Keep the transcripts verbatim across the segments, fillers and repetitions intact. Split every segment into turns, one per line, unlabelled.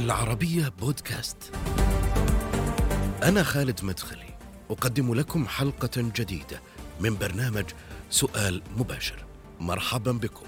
العربية بودكاست. أنا خالد مدخلي أقدم لكم حلقة جديدة من برنامج سؤال مباشر. مرحبا بكم.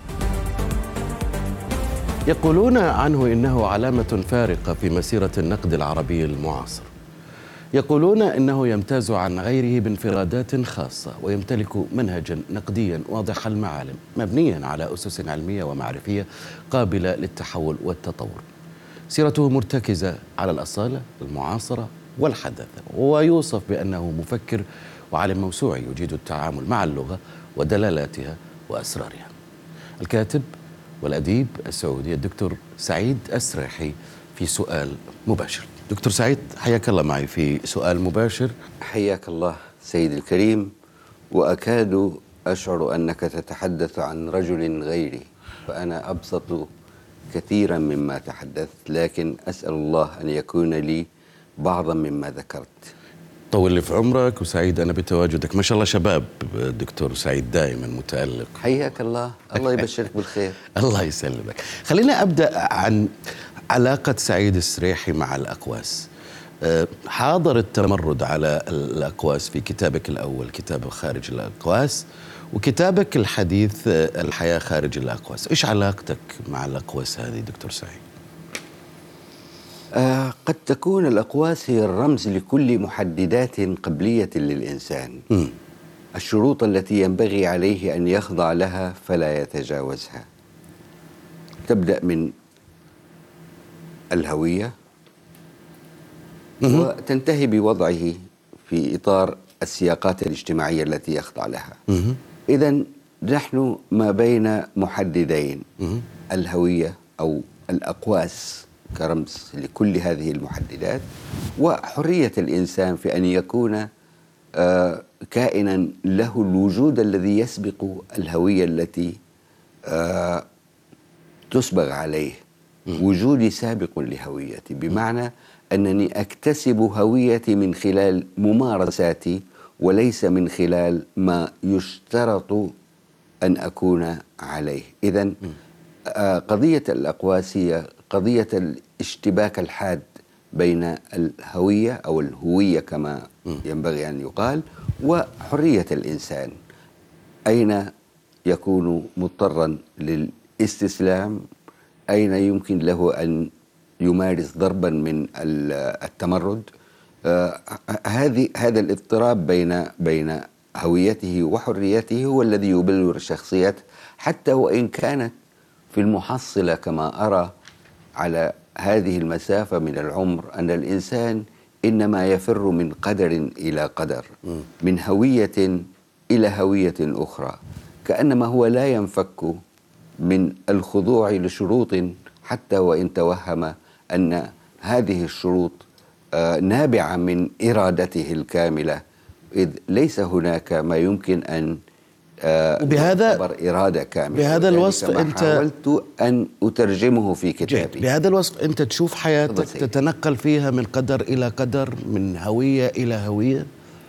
يقولون عنه إنه علامة فارقة في مسيرة النقد العربي المعاصر. يقولون إنه يمتاز عن غيره بانفرادات خاصة، ويمتلك منهجا نقديا واضح المعالم مبنيا على أسس علمية ومعرفية قابلة للتحول والتطور. سيرته مرتكزة على الأصالة المعاصرة والحداثة، ويوصف بأنه مفكر وعالم موسوعي يجيد التعامل مع اللغة ودلالاتها وأسرارها. الكاتب والأديب السعودي الدكتور سعيد السريحي في سؤال مباشر. دكتور سعيد، حياك الله معي في سؤال مباشر.
حياك الله سيد الكريم، وأكاد أشعر أنك تتحدث عن رجل غيري، فأنا أبسط كثيرا مما تحدثت، لكن أسأل الله أن يكون لي بعضا مما ذكرت.
طول لي في عمرك، وسعيد أنا بتواجدك. ما شاء الله شباب دكتور سعيد، دائما متألق.
حياك الله، الله يبشرك بالخير.
الله يسلمك. خلينا أبدأ عن علاقة سعيد السريحي مع الأقواس. حاضر التمرد على الأقواس في كتابك الأول، كتاب خارج الأقواس، وكتابك الحديث الحياة خارج الأقواس. إيش علاقتك مع الأقواس هذه دكتور سعيد؟
آه قد تكون الأقواس هي الرمز لكل محددات قبلية للإنسان، م. الشروط التي ينبغي عليه أن يخضع لها فلا يتجاوزها. تبدأ من الهوية م. وتنتهي بوضعه في إطار السياقات الاجتماعية التي يخضع لها. إذن نحن ما بين محددين، م. الهوية أو الأقواس كرمز لكل هذه المحددات، وحرية الإنسان في أن يكون آه كائنا له الوجود الذي يسبق الهوية التي آه تسبغ عليه. م. وجودي سابق لهويتي، بمعنى أنني أكتسب هويتي من خلال ممارساتي وليس من خلال ما يشترط أن أكون عليه. إذن آه قضية الأقواس هي قضية الاشتباك الحاد بين الهوية أو الهوية كما ينبغي أن يقال وحرية الإنسان. أين يكون مضطرا للاستسلام؟ أين يمكن له أن يمارس ضربا من التمرد؟ آه هذه هذا الاضطراب بين بين هويته وحريته هو الذي يبلور الشخصيات، حتى وإن كانت في المحصلة كما أرى على هذه المسافة من العمر أن الإنسان إنما يفر من قدر إلى قدر، من هوية إلى هوية أخرى، كأنما هو لا ينفك من الخضوع لشروط، حتى وإن توهم أن هذه الشروط نابعة من إرادته الكاملة، إذ ليس هناك ما يمكن أن
وبهذا
إرادة كاملة.
بهذا الوصف
أنت حاولت أن أترجمه في كتابي.
بهذا الوصف أنت تشوف حياتك تتنقل فيها من قدر إلى قدر، من هوية إلى هوية.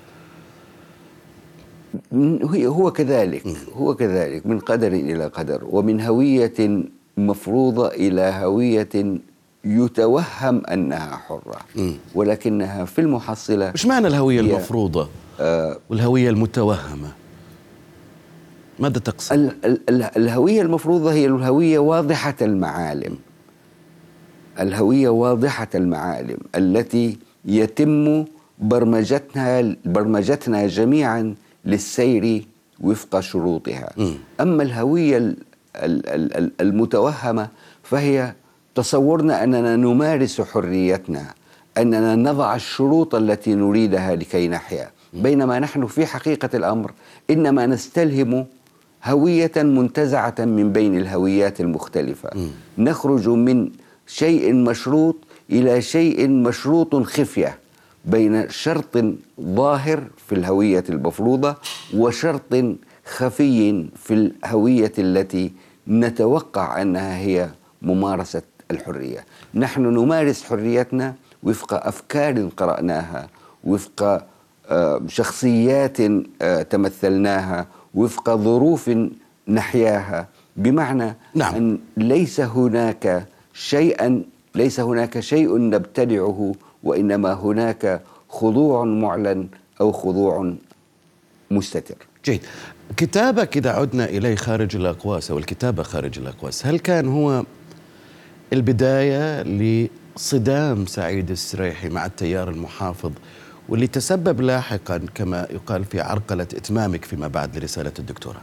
هو كذلك هو كذلك من قدر إلى قدر، ومن هوية مفروضة إلى هوية يتوهم أنها حرة، م. ولكنها في المحصلة.
إيش معنى الهوية المفروضة آه والهوية المتوهمة؟ ماذا تقصد؟
ال ال الهوية المفروضة هي الهوية واضحة المعالم، الهوية واضحة المعالم التي يتم برمجتها برمجتنا جميعا للسير وفق شروطها. م. أما الهوية ال ال ال المتوهمة فهي تصورنا أننا نمارس حريتنا، أننا نضع الشروط التي نريدها لكي نحيا، بينما نحن في حقيقة الأمر إنما نستلهم هوية منتزعة من بين الهويات المختلفة. م. نخرج من شيء مشروط إلى شيء مشروط خفية، بين شرط ظاهر في الهوية المفروضة وشرط خفي في الهوية التي نتوقع أنها هي ممارسة الحرية. نحن نمارس حريتنا وفق أفكار قرأناها، وفق شخصيات تمثلناها، وفق ظروف نحياها، بمعنى نعم. أن ليس هناك شيئا ليس هناك شيء نبتدعه، وإنما هناك خضوع معلن أو خضوع مستتر.
جيد. كتابك إذا عدنا إليه خارج الأقواس أو الكتابة خارج الأقواس، هل كان هو البداية لصدام سعيد السريحي مع التيار المحافظ واللي تسبب لاحقا كما يقال في عرقلة إتمامك فيما بعد لرسالة الدكتوراه؟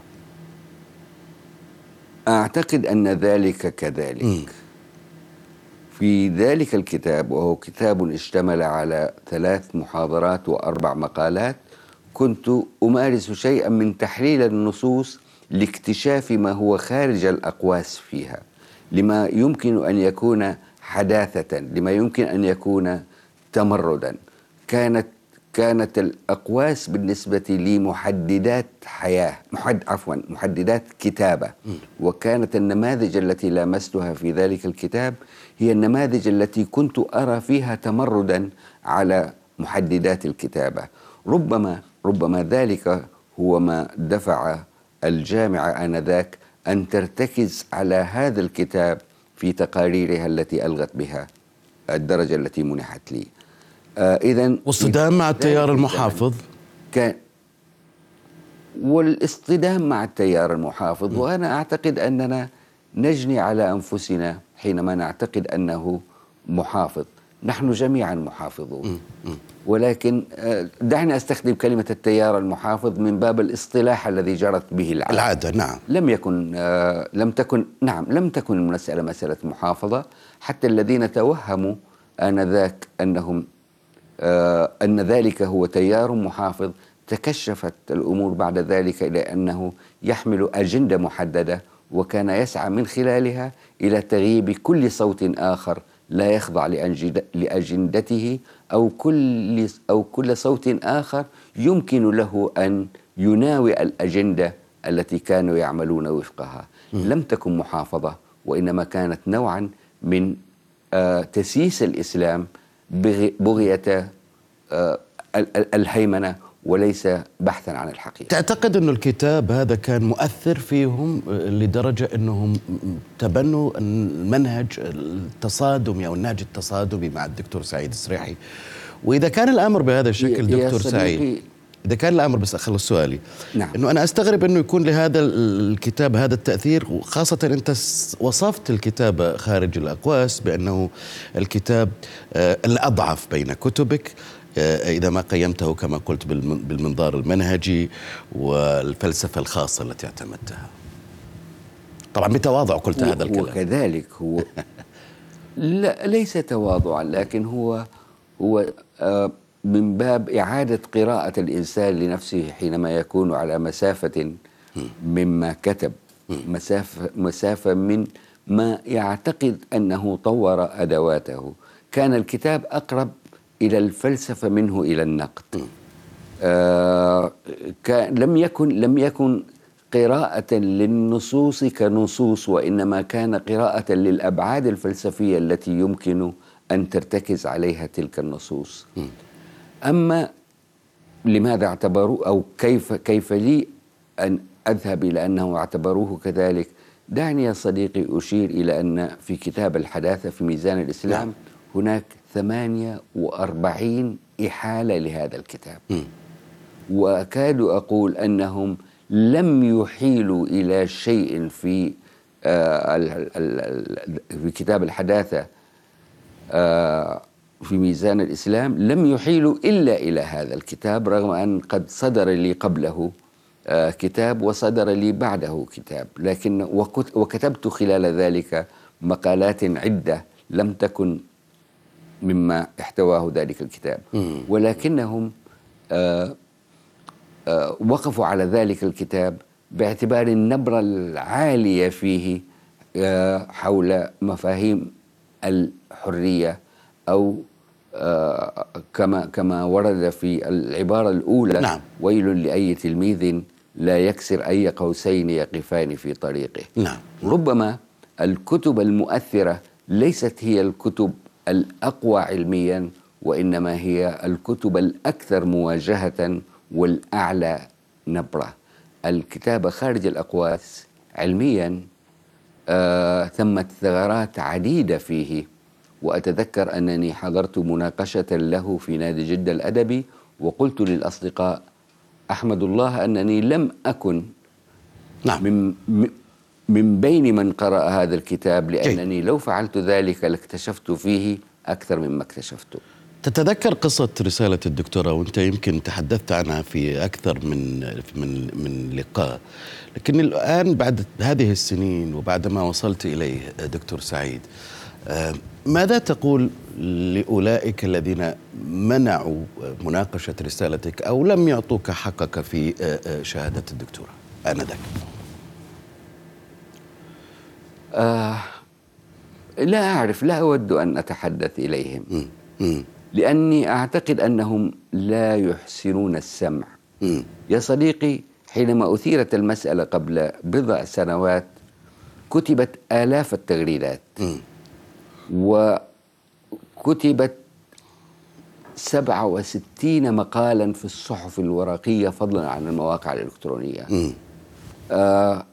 أعتقد أن ذلك كذلك. م. في ذلك الكتاب، وهو كتاب اشتمل على ثلاث محاضرات وأربع مقالات، كنت أمارس شيئا من تحليل النصوص لاكتشاف ما هو خارج الأقواس فيها، لما يمكن أن يكون حداثة، لما يمكن أن يكون تمردا. كانت كانت الأقواس بالنسبة لي محددات حياة، محد عفوا محددات كتابة. وكانت النماذج التي لامستها في ذلك الكتاب هي النماذج التي كنت أرى فيها تمردا على محددات الكتابة. ربما ربما ذلك هو ما دفع الجامعة آنذاك أن ترتكز على هذا الكتاب في تقاريرها التي ألغت بها الدرجة التي منحت لي. آه إذن
والصدام مع التيار المحافظ
كان والاصطدام مع التيار المحافظ. م. وأنا أعتقد أننا نجني على أنفسنا حينما نعتقد أنه محافظ. نحن جميعا محافظون. م. م. ولكن دعني أستخدم كلمة التيار المحافظ من باب الاصطلاح الذي جرت به العادة.
العادة نعم.
لم يكن لم تكن نعم لم تكن المسألة مسألة محافظة. حتى الذين توهموا آنذاك أنهم أن ذلك هو تيار محافظ، تكشفت الأمور بعد ذلك إلى أنه يحمل أجندة محددة، وكان يسعى من خلالها إلى تغييب كل صوت آخر لا يخضع لأجندته، أو كل أو كل صوت آخر يمكن له أن يناوئ الأجندة التي كانوا يعملون وفقها. م. لم تكن محافظة، وإنما كانت نوعا من آه تسييس الإسلام بغية آه الهيمنة، وليس بحثا عن الحقيقة.
تعتقد أن الكتاب هذا كان مؤثر فيهم لدرجة أنهم تبنوا المنهج التصادمي أو النهج التصادمي مع الدكتور سعيد السريحي؟ وإذا كان الأمر بهذا الشكل دكتور سعيد، إذا كان الأمر، بس أخلص سؤالي. نعم. أنه أنا أستغرب أنه يكون لهذا الكتاب هذا التأثير، وخاصة أنت وصفت الكتاب خارج الأقواس بأنه الكتاب الأضعف بين كتبك إذا ما قيمته كما قلت بالمنظار المنهجي والفلسفة الخاصة التي اعتمدتها. طبعا بتواضع قلت هذا الكلام.
وكذلك هو لا ليس تواضعا، لكن هو هو آه من باب إعادة قراءة الإنسان لنفسه حينما يكون على مسافة مما كتب، مسافة مسافة من ما يعتقد أنه طور أدواته. كان الكتاب أقرب إلى الفلسفة منه إلى النقد. آه لم يكن لم يكن قراءة للنصوص كنصوص، وإنما كان قراءة للأبعاد الفلسفية التي يمكن أن ترتكز عليها تلك النصوص. م. أما لماذا اعتبروه أو كيف كيف لي أن أذهب إلى أنه اعتبروه كذلك؟ دعني يا صديقي أشير إلى أن في كتاب الحداثة في ميزان الإسلام م. هناك ثمانية وأربعين إحالة لهذا الكتاب. م. وأكاد أقول أنهم لم يحيلوا إلى شيء في آه في كتاب الحداثة آه في ميزان الإسلام، لم يحيلوا إلا إلى هذا الكتاب، رغم أن قد صدر لي قبله آه كتاب وصدر لي بعده كتاب، لكن وكتبت خلال ذلك مقالات عدة لم تكن مما احتواه ذلك الكتاب. ولكنهم آه آه وقفوا على ذلك الكتاب باعتبار النبرة العالية فيه آه حول مفاهيم الحرية، أو آه كما كما ورد في العبارة الأولى: نعم. ويل لأي تلميذ لا يكسر أي قوسين يقفان في طريقه.
نعم.
ربما الكتب المؤثرة ليست هي الكتب الأقوى علميا، وإنما هي الكتب الأكثر مواجهة والأعلى نبرة. الكتاب خارج الأقواس علميا آه ثمة ثغرات عديدة فيه، وأتذكر أنني حضرت مناقشة له في نادي جدة الأدبي، وقلت للأصدقاء: أحمد الله أنني لم أكن
نعم.
من من بين من قرأ هذا الكتاب، لأنني لو فعلت ذلك لاكتشفت فيه أكثر مما اكتشفته.
تتذكر قصة رسالة الدكتوراه، وأنت يمكن تحدثت عنها في أكثر من من من لقاء، لكن الآن بعد هذه السنين وبعدما وصلت إليه دكتور سعيد، ماذا تقول لأولئك الذين منعوا مناقشة رسالتك أو لم يعطوك حقك في شهادة الدكتوراه آنذاك؟
آه لا أعرف، لا أود أن أتحدث إليهم. م. م. لأني أعتقد أنهم لا يحسنون السمع. م. يا صديقي، حينما أثيرت المسألة قبل بضع سنوات كتبت آلاف التغريدات، م. وكتبت سبعة وستين مقالا في الصحف الورقية فضلا عن المواقع الإلكترونية. م. آه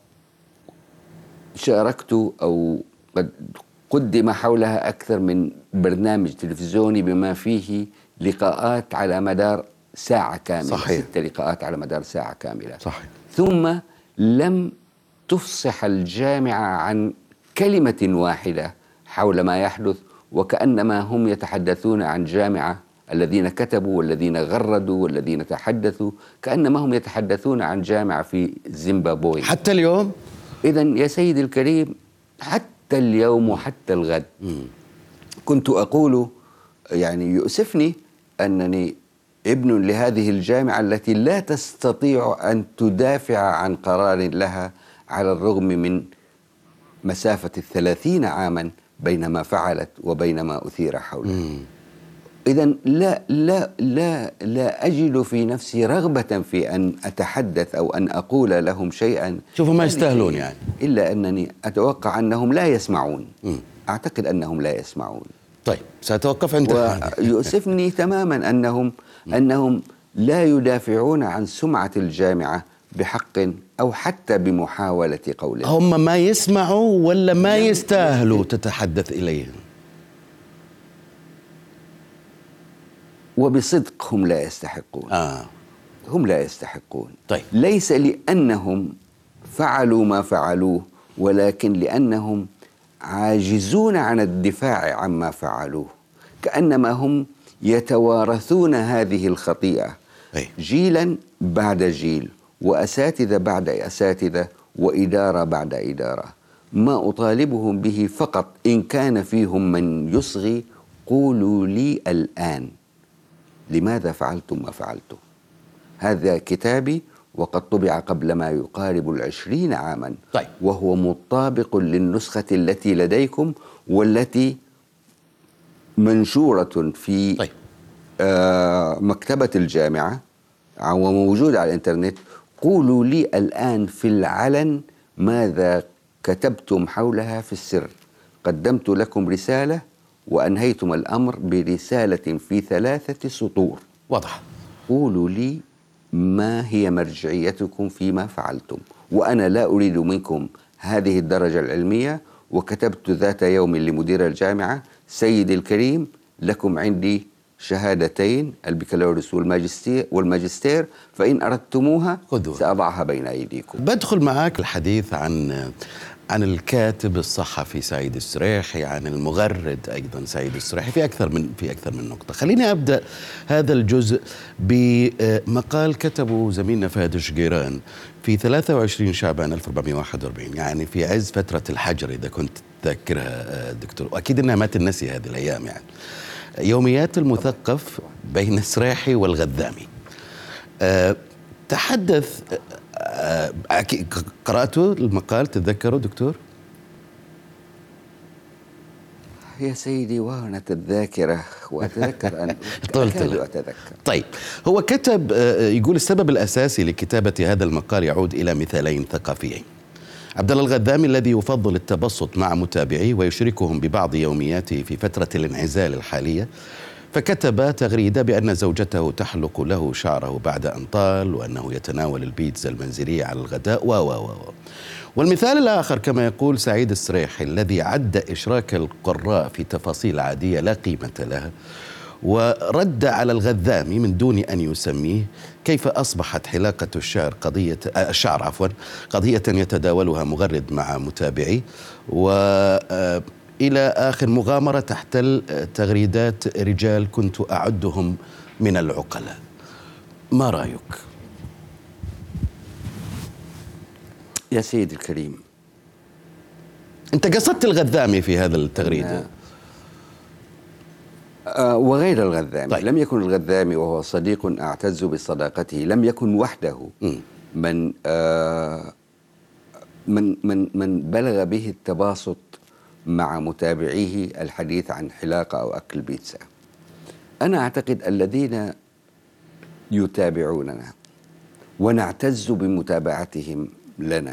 شاركت أو قد قدم حولها أكثر من برنامج تلفزيوني بما فيه لقاءات على مدار ساعة كاملة.
صحيح.
ست لقاءات على مدار ساعة كاملة.
صحيح.
ثم لم تفصح الجامعة عن كلمة واحدة حول ما يحدث، وكأنما هم يتحدثون عن جامعة، الذين كتبوا والذين غردوا والذين تحدثوا كأنما هم يتحدثون عن جامعة في زيمبابوي
حتى اليوم.
إذن يا سيدي الكريم، حتى اليوم وحتى الغد كنت أقول يعني يؤسفني أنني ابن لهذه الجامعة التي لا تستطيع أن تدافع عن قرار لها على الرغم من مسافة الثلاثين عاما بين ما فعلت وبين ما أثير حولها. إذن لا لا لا لا أجد في نفسي رغبة في أن أتحدث أو أن أقول لهم شيئا.
شوفوا ما يستاهلون يعني.
إلا أنني أتوقع أنهم لا يسمعون. م. أعتقد أنهم لا يسمعون.
طيب سأتوقف عند
ويؤسفني تماما أنهم أنهم لا يدافعون عن سمعة الجامعة بحق أو حتى بمحاولة قولهم.
هم ما يسمعوا ولا ما يستاهلوا تتحدث إليهم؟
وبصدق هم لا يستحقون.
آه.
هم لا يستحقون.
طيب.
ليس لأنهم فعلوا ما فعلوه، ولكن لأنهم عاجزون عن الدفاع عما فعلوه، كأنما هم يتوارثون هذه الخطيئة
أي.
جيلا بعد جيل، وأساتذة بعد أساتذة، وإدارة بعد إدارة. ما أطالبهم به فقط إن كان فيهم من يصغي: قولوا لي الآن لماذا فعلتم ما فعلتم؟ هذا كتابي وقد طبع قبل ما يقارب العشرين عاما.
طيب.
وهو مطابق للنسخة التي لديكم والتي منشورة في
طيب.
آه مكتبة الجامعة وموجودة على الإنترنت. قولوا لي الآن في العلن ماذا كتبتم حولها في السر. قدمت لكم رسالة وأنهيتم الأمر برسالة في ثلاثة سطور.
واضح.
قولوا لي ما هي مرجعيتكم فيما فعلتم، وأنا لا أريد منكم هذه الدرجة العلمية. وكتبت ذات يوم لمدير الجامعة: سيدي الكريم، لكم عندي شهادتين، البكالوريوس والماجستير والماجستير، فإن أردتموها خذوا سأضعها بين أيديكم.
بدخل معك الحديث عن عن الكاتب الصحفي سعيد السريحي، عن المغرد أيضا سعيد السريحي، في أكثر من في أكثر من نقطة. خليني أبدأ هذا الجزء بمقال كتبه زميلنا فهد الشقيران في ثلاثة وعشرين شعبان ألف وأربعمائة وواحد وأربعين، يعني في عز فترة الحجر إذا كنت تذكرها دكتور، وأكيد أنها ما تنسي هذه الأيام. يعني يوميات المثقف بين السريحي والغذامي. أه تحدث أه قرأته المقال، تتذكره دكتور؟
يا سيدي وهنت الذاكرة وأتذكر أن
أكاد
أتذكر.
طيب، هو كتب يقول: السبب الأساسي لكتابة هذا المقال يعود إلى مثالين ثقافيين. عبد الله الغذامي الذي يفضل التبسط مع متابعيه ويشاركهم ببعض يومياته في فترة الانعزال الحالية، فكتب تغريدة بأن زوجته تحلق له شعره بعد أن طال، وأنه يتناول البيتزا المنزلية على الغداء و و و والمثال الآخر كما يقول سعيد السريحي الذي عد إشراك القراء في تفاصيل عادية لا قيمة لها، ورد على الغذامي من دون أن يسميه كيف أصبحت حلاقة الشعر قضية الشعر عفوا قضية يتداولها مغرد مع متابعي، وإلى آخر مغامرة تحتل تغريدات رجال كنت أعدهم من العقلاء. ما رأيك؟
يا سيدي الكريم،
أنت قصدت الغذامي في هذا التغريدة
آه وغير الغذامي.
طيب.
لم يكن الغذامي وهو صديق أعتز بصداقته لم يكن وحده م. من آه من من من بلغ به التباسط مع متابعيه الحديث عن حلاقة أو أكل بيتزا. أنا أعتقد الذين يتابعوننا ونعتز بمتابعتهم لنا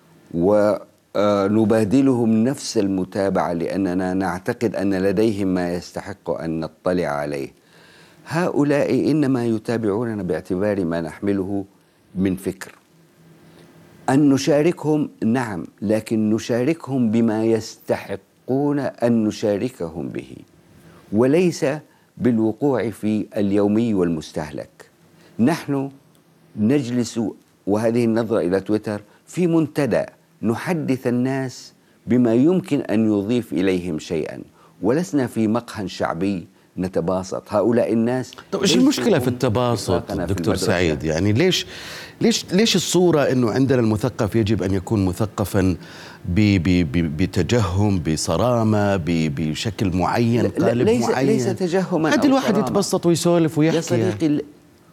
ونبادلهم نفس المتابعة لأننا نعتقد أن لديهم ما يستحق أن نطلع عليه، هؤلاء إنما يتابعوننا باعتبار ما نحمله من فكر. أن نشاركهم نعم، لكن نشاركهم بما يستحقون أن نشاركهم به، وليس بالوقوع في اليومي والمستهلك. نحن نجلس، وهذه النظرة إلى تويتر، في منتدى نحدث الناس بما يمكن أن يضيف إليهم شيئا، ولسنا في مقهى شعبي نتباسط. هؤلاء الناس
طب ايش المشكلة في التباسط دكتور سعيد؟ يعني ليش ليش ليش الصورة انه عندنا المثقف يجب ان يكون مثقفا بتجهم، بصرامة، بشكل معين، قالب
ليس
معين؟
ليس تجهما.
هذا الواحد يتبسط ويسولف ويحكي
يا صديقي.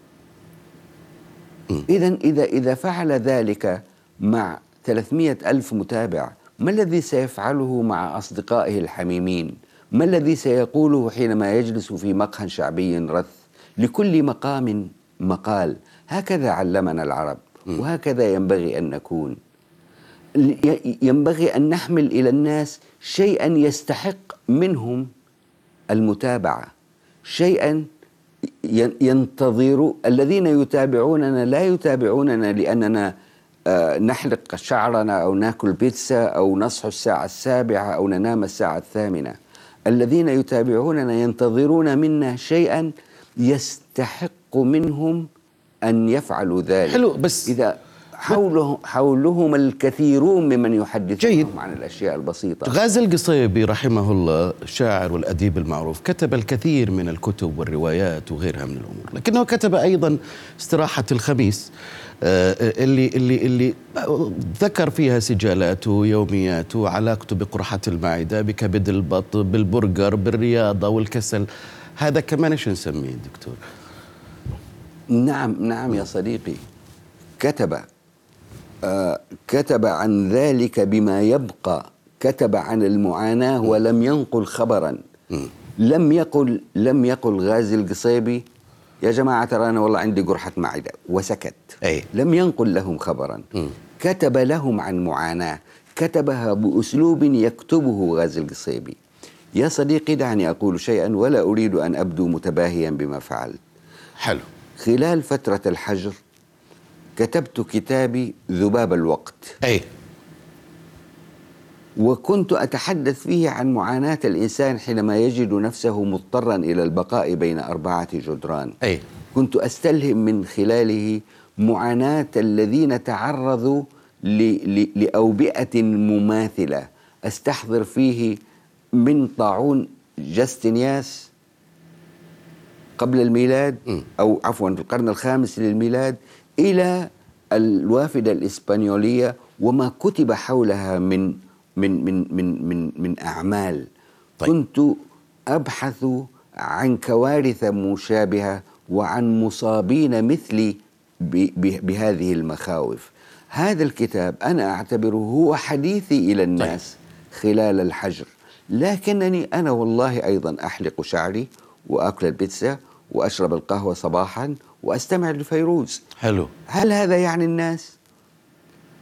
إذا إذا إذا فعل ذلك مع ثلاثمئة ألف متابع، ما الذي سيفعله مع أصدقائه الحميمين؟ ما الذي سيقوله حينما يجلس في مقهى شعبي رث؟ لكل مقام مقال. هكذا علمنا العرب، وهكذا ينبغي أن نكون. ينبغي أن نحمل إلى الناس شيئا يستحق منهم المتابعة، شيئا ينتظر. الذين يتابعوننا لا يتابعوننا لأننا نحلق شعرنا أو ناكل بيتزا أو نصحو الساعة السابعة أو ننام الساعة الثامنة. الذين يتابعوننا ينتظرون منا شيئا يستحق منهم أن يفعلوا ذلك.
حلو، بس
إذا حولهم, حولهم الكثيرون ممن يحدثونهم عن الأشياء البسيطة.
غازي القصيبي رحمه الله الشاعر والأديب المعروف كتب الكثير من الكتب والروايات وغيرها من الأمور، لكنه كتب أيضا استراحة الخميس اللي اللي اللي ذكر فيها سجالاته، يومياته، علاقته بقرحة المعدة، بكبد البطن، بالبرجر، بالرياضة والكسل. هذا كمان ايش نسميه دكتور؟
نعم نعم يا صديقي، كتب آه كتب عن ذلك بما يبقى، كتب عن المعاناة ولم ينقل خبرا. م. لم يقل لم يقل غازي القصيبي يا جماعة ترى أنا والله عندي قرحة معدة وسكت.
أي.
لم ينقل لهم خبرا. م. كتب لهم عن معاناة، كتبها بأسلوب يكتبه غازي القصيبي. يا صديقي دعني أقول شيئا ولا أريد أن أبدو متباهيا بما فعلت.
حلو.
خلال فترة الحجر كتبت كتابي ذباب الوقت.
أي.
وكنت أتحدث فيه عن معاناة الإنسان حينما يجد نفسه مضطرا إلى البقاء بين أربعة جدران.
أي.
كنت أستلهم من خلاله معاناة الذين تعرضوا لأوبئة مماثلة. أستحضر فيه من طاعون جاستنياس قبل الميلاد م. أو عفوا في القرن الخامس للميلاد إلى الوافدة الإسبانيولية وما كتب حولها من من من من من, من أعمال. طيب. كنت أبحث عن كوارث مشابهة وعن مصابين مثلي بهذه المخاوف. هذا الكتاب أنا أعتبره هو حديثي إلى الناس. طيب. خلال الحجر، لكنني أنا والله أيضا أحلق شعري وأكل البيتزا وأشرب القهوة صباحا وأستمع لفيروز.
حلو.
هل هذا يعني الناس؟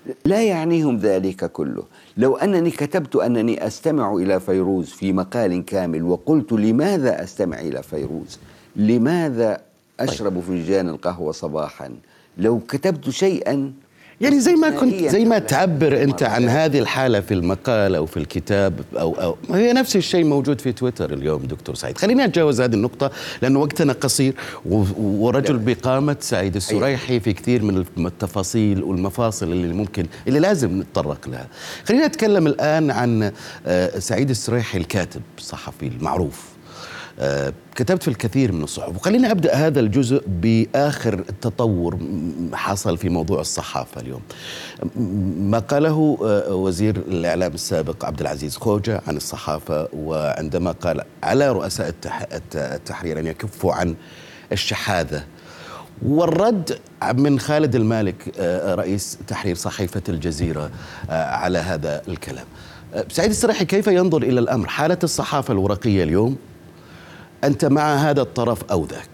لا يعنيهم ذلك كله. لو أنني كتبت أنني أستمع إلى فيروز في مقال كامل وقلت لماذا أستمع إلى فيروز، لماذا أشرب فنجان القهوة صباحا، لو كتبت شيئا
يعني زي ما كنت زي ما
على
تعبر انت عن
المرة.
هذه الحاله في المقال او في الكتاب او او هي نفس الشيء موجود في تويتر اليوم دكتور سعيد. خليني اتجاوز هذه النقطه لانه وقتنا قصير و- ورجل بقامه سعيد السريحي في كثير من التفاصيل والمفاصل اللي ممكن اللي لازم نتطرق لها. خلينا نتكلم الان عن آه، سعيد السريحي الكاتب الصحفي المعروف. آه، كتبت في الكثير من الصحف، وخليني أبدأ هذا الجزء بآخر تطور حصل في موضوع الصحافة اليوم. ما قاله آه، وزير الإعلام السابق عبد العزيز خوجة عن الصحافة، وعندما قال على رؤساء التح... التحرير أن يكفوا عن الشحاذة، والرد من خالد المالك آه، رئيس تحرير صحيفة الجزيرة آه، على هذا الكلام. آه، سعيد السريحي كيف ينظر إلى الأمر، حالة الصحافة الورقية اليوم؟ أنت مع هذا الطرف أو ذاك؟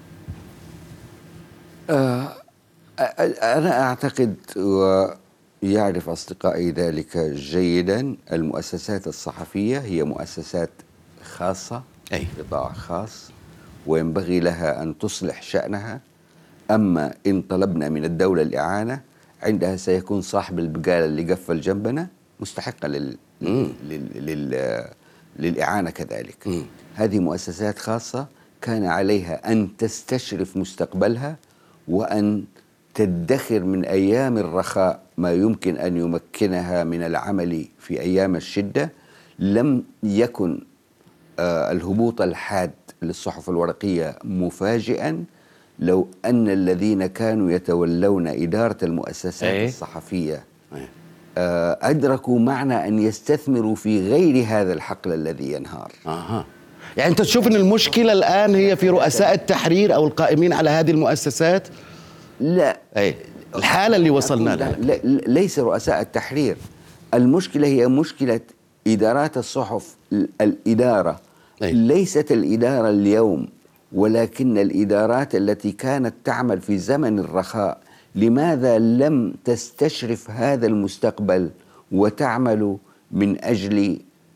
آه أنا أعتقد ويعرف أصدقائي ذلك جيدا، المؤسسات الصحفية هي مؤسسات خاصة،
أي
قطاع خاص، وينبغي لها أن تصلح شأنها. أما إن طلبنا من الدولة الإعانة، عندها سيكون صاحب البقالة اللي قفل جنبنا مستحقة لل... لل... لل... للإعانة كذلك. م. هذه مؤسسات خاصة كان عليها أن تستشرف مستقبلها وأن تدخر من أيام الرخاء ما يمكن أن يمكنها من العمل في أيام الشدة. لم يكن آه الهبوط الحاد للصحف الورقية مفاجئا لو أن الذين كانوا يتولون إدارة المؤسسات أيه؟ الصحفية أيه؟ آه أدركوا معنى أن يستثمروا في غير هذا الحقل الذي ينهار.
أها. يعني أنت تشوف أن المشكلة الآن هي في رؤساء التحرير أو القائمين على هذه المؤسسات؟
لا،
أي الحالة اللي وصلنا لها
ليس رؤساء التحرير. المشكلة هي مشكلة إدارات الصحف. الإدارة أي. ليست الإدارة اليوم، ولكن الإدارات التي كانت تعمل في زمن الرخاء. لماذا لم تستشرف هذا المستقبل وتعمل من أجل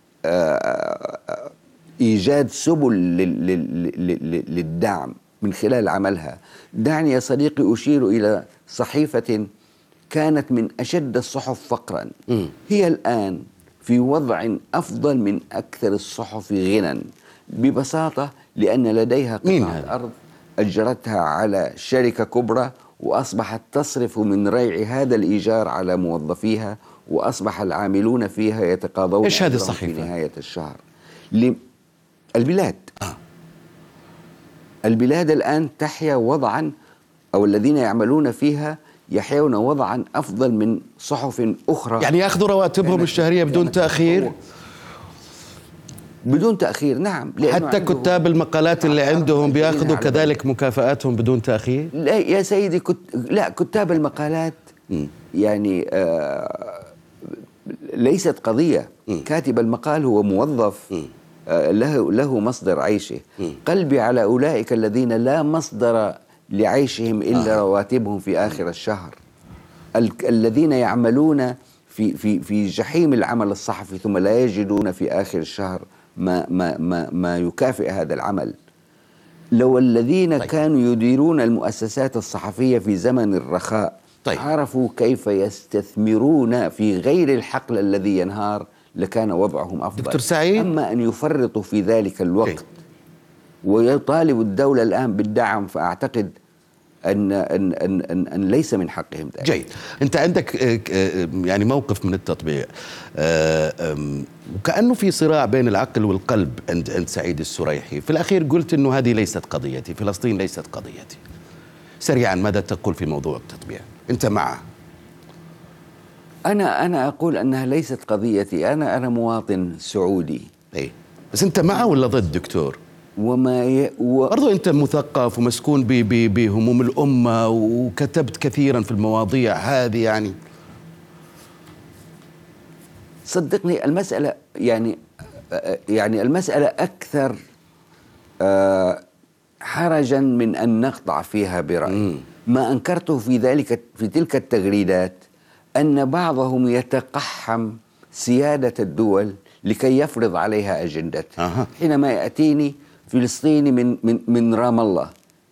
إيجاد سبل للدعم من خلال عملها؟ دعني يا صديقي أشير إلى صحيفة كانت من أشد الصحف فقرا، م. هي الآن في وضع أفضل من أكثر الصحف غنى، ببساطة لأن لديها قطعة أرض أجرتها على شركة كبرى، وأصبحت تصرف من ريع هذا الإيجار على موظفيها، وأصبح العاملون فيها يتقاضون
إيش هذه الصحيفة؟
في نهاية الشهر. البلاد آه. البلاد الآن تحيا وضعا، أو الذين يعملون فيها يحيون وضعا أفضل من صحف أخرى.
يعني يأخذوا رواتبهم الشهرية بدون تأخير؟
بدون تأخير، نعم.
حتى كتاب المقالات اللي عندهم بياخذوا كذلك مكافآتهم بدون تأخير؟
لا يا سيدي، كت... لا كتاب المقالات م. يعني آه ليست قضية. م. كاتب المقال هو موظف آه له له مصدر عيشه. م. قلبي على أولئك الذين لا مصدر لعيشهم إلا آه. رواتبهم في آخر الشهر، ال... الذين يعملون في في في جحيم العمل الصحفي ثم لا يجدون في آخر الشهر ما ما ما ما يكافئ هذا العمل. لو الذين طيب. كانوا يديرون المؤسسات الصحفية في زمن الرخاء طيب. عرفوا كيف يستثمرون في غير الحقل الذي ينهار لكان وضعهم أفضل.
دكتور سعيد،
أما أن يفرطوا في ذلك الوقت طيب. ويطالب الدولة الآن بالدعم، فأعتقد أن, أن, أن, أن, أن ليس من حقهم ذلك.
جيد. أنت عندك يعني موقف من التطبيع، وكأنه في صراع بين العقل والقلب عند عند سعيد السريحي. في الأخير قلت أنه هذه ليست قضيتي، فلسطين ليست قضيتي. سريعا ماذا تقول في موضوع التطبيع؟ أنت معه؟
أنا أنا أقول أنها ليست قضيتي. أنا أنا مواطن سعودي.
إيه بس أنت معه ولا ضد دكتور؟
وما ي... و...
برضو أنت مثقف ومسكون ب... ب... بهموم الأمة وكتبت كثيرا في المواضيع هذه. يعني
صدقني المسألة يعني يعني المسألة أكثر آه حرجا من أن نقطع فيها برأي. م. ما أنكرته في ذلك في تلك التغريدات أن بعضهم يتقحم سيادة الدول لكي يفرض عليها أجندته.
أه.
حينما يأتيني فلسطيني من, من, من رام الله،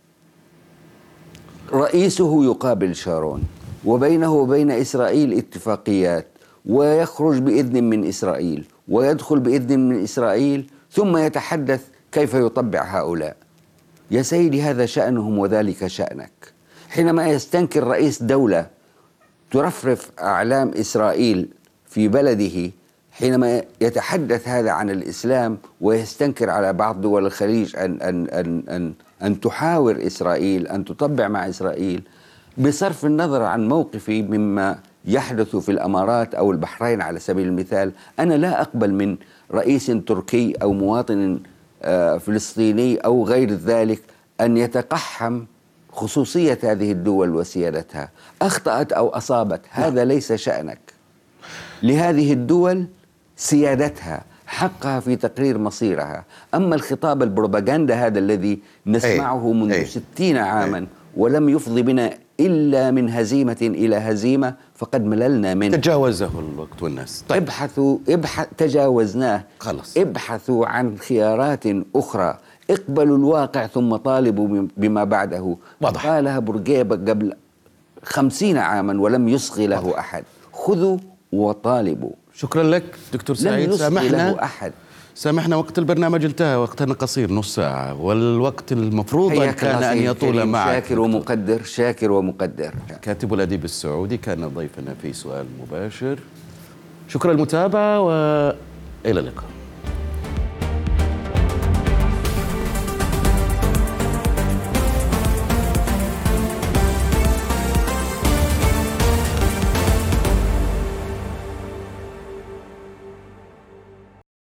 رئيسه يقابل شارون وبينه وبين إسرائيل اتفاقيات، ويخرج بإذن من إسرائيل ويدخل بإذن من إسرائيل، ثم يتحدث كيف يطبع هؤلاء. يا سيدي، هذا شأنهم وذلك شأنك. حينما يستنكر رئيس دولة ترفرف أعلام إسرائيل في بلده، حينما يتحدث هذا عن الإسلام ويستنكر على بعض دول الخليج أن, أن, أن, أن, أن تحاور إسرائيل، أن تطبع مع إسرائيل، بصرف النظر عن موقفي مما يحدث في الأمارات أو البحرين على سبيل المثال، أنا لا أقبل من رئيس تركي أو مواطن فلسطيني أو غير ذلك أن يتقحم خصوصية هذه الدول وسيادتها. أخطأت أو أصابت، هذا ليس شأنك. لهذه الدول سيادتها، حقها في تقرير مصيرها. أما الخطاب البروباغندا هذا الذي نسمعه منذ ستين عاما ولم يفضي بنا إلا من هزيمة إلى هزيمة، فقد مللنا منه.
تجاوزه الوقت والناس.
طيب. ابحثوا ابحث تجاوزناه.
خلص.
ابحثوا عن خيارات أخرى، اقبلوا الواقع ثم طالبوا بما بعده.
واضح.
قالها بورقيبة قبل خمسين عاما ولم يصغي له واضح. أحد. خذوا وطالبوا.
شكرا لك دكتور سعيد.
لم يصغي له أحد.
سامحنا، وقت البرنامج انتهى، وقتنا قصير نص ساعة، والوقت المفروض أن كان أن يطول معك.
شاكر ومقدر، شاكر ومقدر.
كاتب الأديب السعودي كان ضيفنا في سؤال مباشر. شكرا للمتابعة وإلى اللقاء.